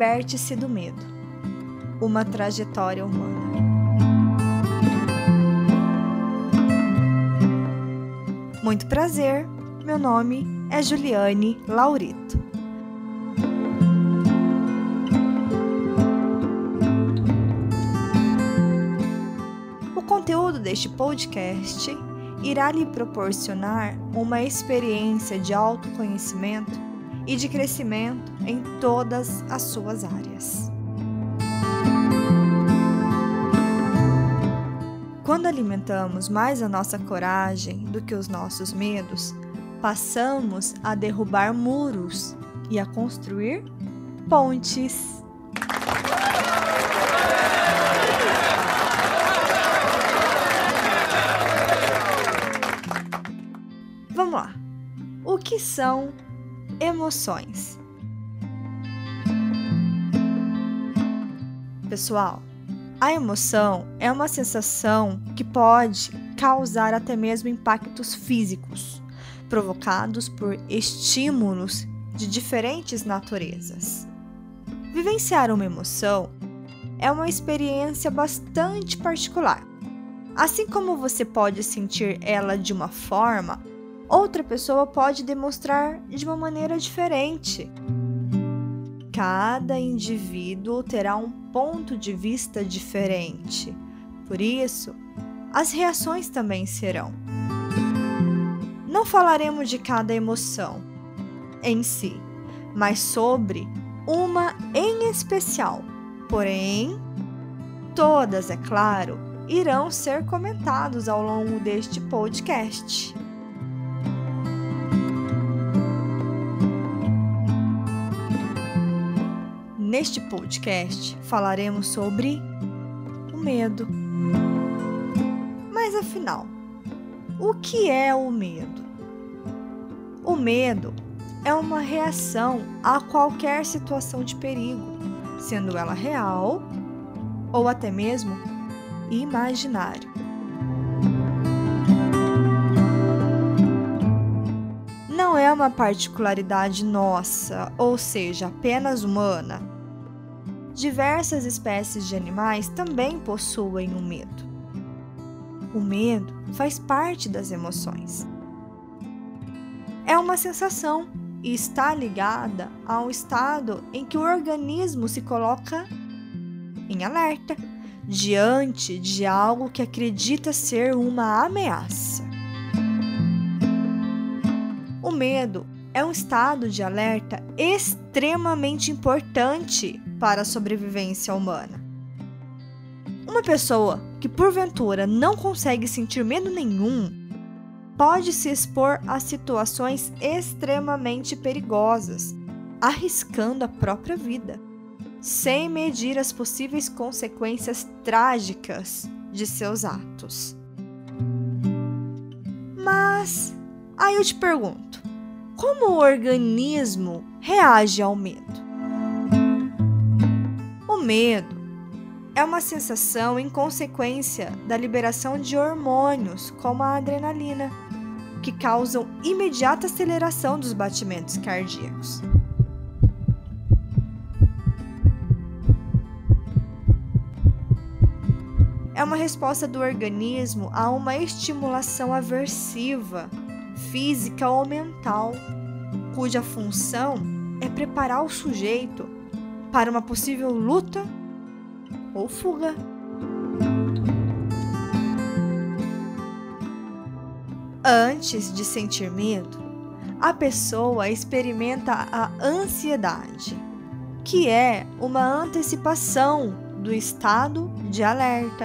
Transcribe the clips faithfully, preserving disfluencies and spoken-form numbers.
liberte-se do medo. Uma trajetória humana. Muito prazer, meu nome é Juliane Laurito. O conteúdo deste podcast irá lhe proporcionar uma experiência de autoconhecimento e de crescimento em todas as suas áreas. Quando alimentamos mais a nossa coragem do que os nossos medos, passamos a derrubar muros e a construir pontes. Vamos lá. O que são emoções? Pessoal, a emoção é uma sensação que pode causar até mesmo impactos físicos, provocados por estímulos de diferentes naturezas. Vivenciar uma emoção é uma experiência bastante particular. Assim como você pode sentir ela de uma forma, outra pessoa pode demonstrar de uma maneira diferente. Cada indivíduo terá um ponto de vista diferente. Por isso, as reações também serão. Não falaremos de cada emoção em si, mas sobre uma em especial. Porém, todas, é claro, irão ser comentados ao longo deste podcast. Neste podcast, falaremos sobre o medo. Mas afinal, o que é o medo? O medo é uma reação a qualquer situação de perigo, sendo ela real ou até mesmo imaginário. Não é uma particularidade nossa, ou seja, apenas humana. Diversas espécies de animais também possuem o medo. O medo faz parte das emoções. É uma sensação e está ligada a um estado em que o organismo se coloca em alerta diante de algo que acredita ser uma ameaça. O medo é um estado de alerta extremamente importante para a sobrevivência humana. Uma pessoa que porventura não consegue sentir medo nenhum pode se expor a situações extremamente perigosas, arriscando a própria vida, sem medir as possíveis consequências trágicas de seus atos. Mas, aí eu te pergunto, como o organismo reage ao medo? O medo é uma sensação em consequência da liberação de hormônios, como a adrenalina, que causam imediata aceleração dos batimentos cardíacos. É uma resposta do organismo a uma estimulação aversiva, física ou mental, cuja função é preparar o sujeito para uma possível luta ou fuga. Antes de sentir medo, a pessoa experimenta a ansiedade, que é uma antecipação do estado de alerta.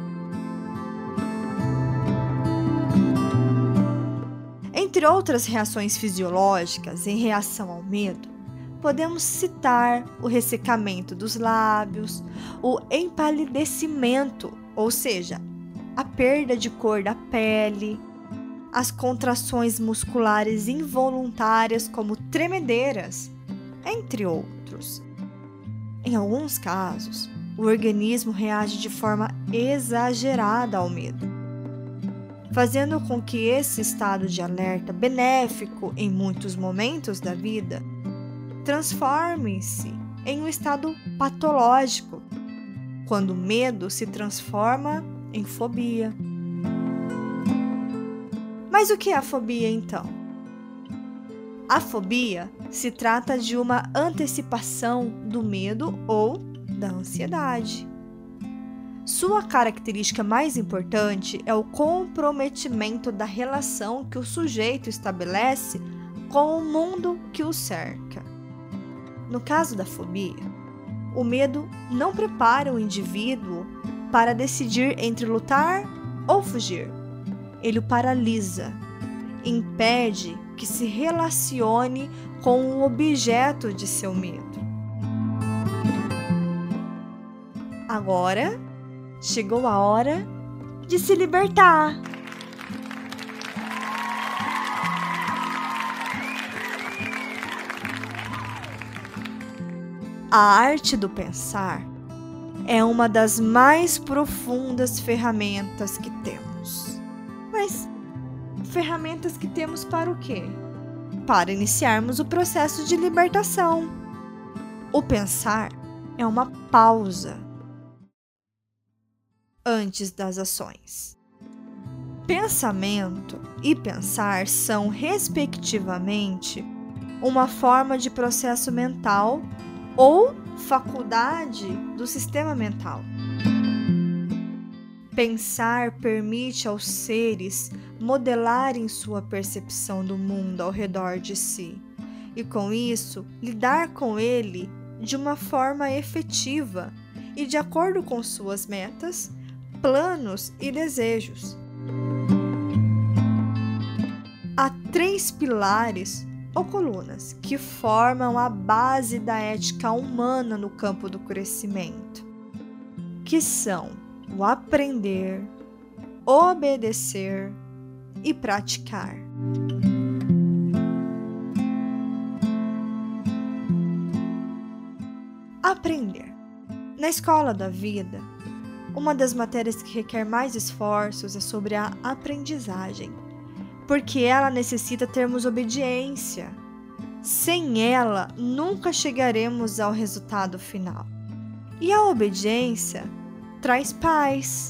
Entre outras reações fisiológicas em reação ao medo, podemos citar o ressecamento dos lábios, o empalidecimento, ou seja, a perda de cor da pele, as contrações musculares involuntárias como tremedeiras, entre outros. Em alguns casos, o organismo reage de forma exagerada ao medo, fazendo com que esse estado de alerta benéfico em muitos momentos da vida transforme-se em um estado patológico, quando o medo se transforma em fobia. Mas o que é a fobia, então? A fobia se trata de uma antecipação do medo ou da ansiedade. Sua característica mais importante é o comprometimento da relação que o sujeito estabelece com o mundo que o cerca. No caso da fobia, o medo não prepara o indivíduo para decidir entre lutar ou fugir. Ele o paralisa, impede que se relacione com o objeto de seu medo. Agora, chegou a hora de se libertar. A arte do pensar é uma das mais profundas ferramentas que temos. Mas ferramentas que temos para o quê? Para iniciarmos o processo de libertação. O pensar é uma pausa antes das ações. Pensamento e pensar são, respectivamente, uma forma de processo mental ou faculdade do sistema mental. Pensar permite aos seres modelarem sua percepção do mundo ao redor de si e, com isso, lidar com ele de uma forma efetiva e de acordo com suas metas, planos e desejos. Há três pilares ou colunas que formam a base da ética humana no campo do crescimento, que são o aprender, obedecer e praticar. Aprender. Na escola da vida, uma das matérias que requer mais esforços é sobre a aprendizagem, porque ela necessita termos obediência. Sem ela, nunca chegaremos ao resultado final. E a obediência traz paz.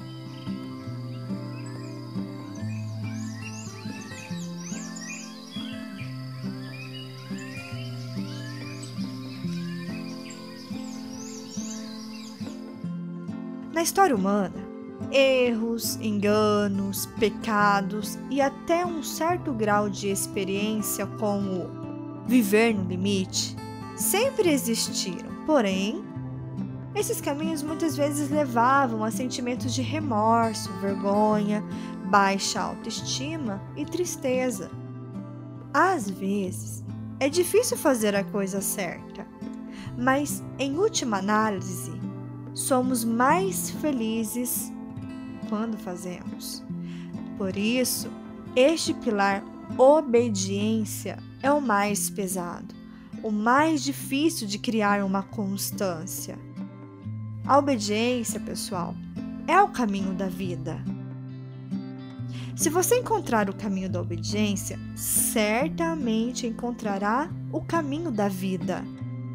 Na história humana, erros, enganos, pecados e até um certo grau de experiência como viver no limite sempre existiram. Porém, esses caminhos muitas vezes levavam a sentimentos de remorso, vergonha, baixa autoestima e tristeza. Às vezes, é difícil fazer a coisa certa, mas, em última análise, somos mais felizes quando fazemos. Por isso, este pilar obediência é o mais pesado, o mais difícil de criar uma constância. A obediência, pessoal, é o caminho da vida. Se você encontrar o caminho da obediência, certamente encontrará o caminho da vida.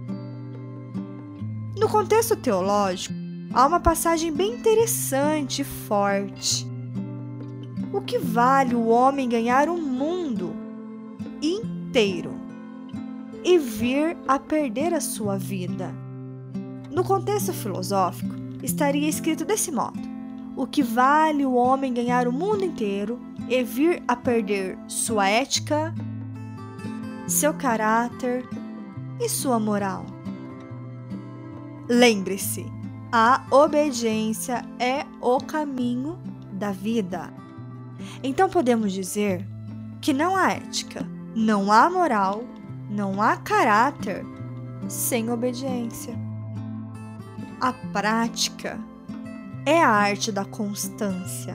No contexto teológico, há uma passagem bem interessante e forte. O que vale o homem ganhar o mundo inteiro e vir a perder a sua vida? No contexto filosófico, estaria escrito desse modo: o que vale o homem ganhar o mundo inteiro e vir a perder sua ética, seu caráter e sua moral? Lembre-se, a obediência é o caminho da vida. Então podemos dizer que não há ética, não há moral, não há caráter sem obediência. A prática é a arte da constância.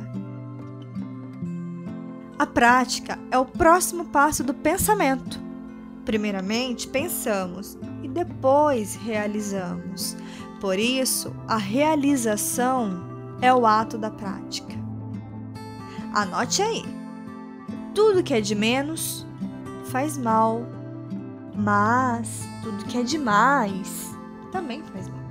A prática é o próximo passo do pensamento. Primeiramente, pensamos e depois realizamos. Por isso, a realização é o ato da prática. Anote aí. Tudo que é de menos faz mal, mas tudo que é demais também faz mal.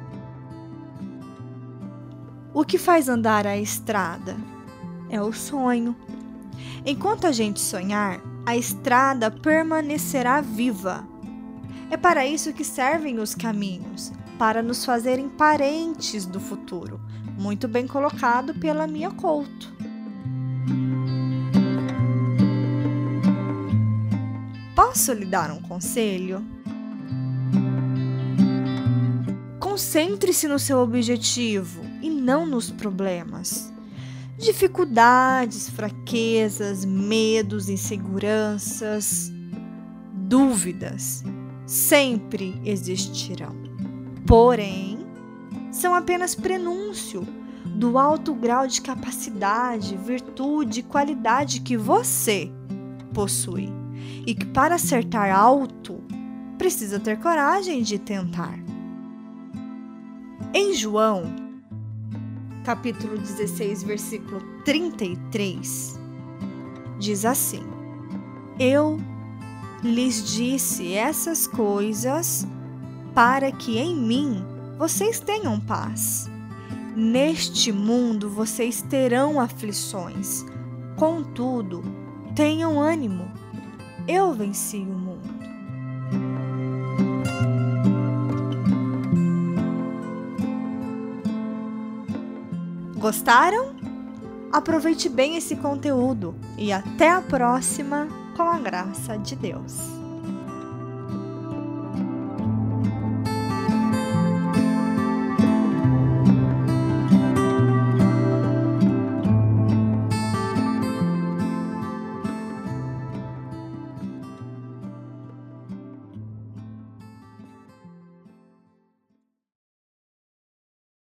O que faz andar a estrada é o sonho. Enquanto a gente sonhar, a estrada permanecerá viva. É para isso que servem os caminhos, para nos fazerem parentes do futuro. Muito bem colocado pela Mia Couto. Posso lhe dar um conselho? Concentre-se no seu objetivo e não nos problemas. Dificuldades, fraquezas, medos, inseguranças, dúvidas sempre existirão. Porém, são apenas prenúncio do alto grau de capacidade, virtude e qualidade que você possui. E que para acertar alto, precisa ter coragem de tentar. Em João, capítulo dezesseis, versículo trinta e três, diz assim: Eu lhes disse essas coisas para que em mim vocês tenham paz. Neste mundo vocês terão aflições, contudo, tenham ânimo. Eu venci o mundo. Gostaram? Aproveite bem esse conteúdo e até a próxima, com a graça de Deus.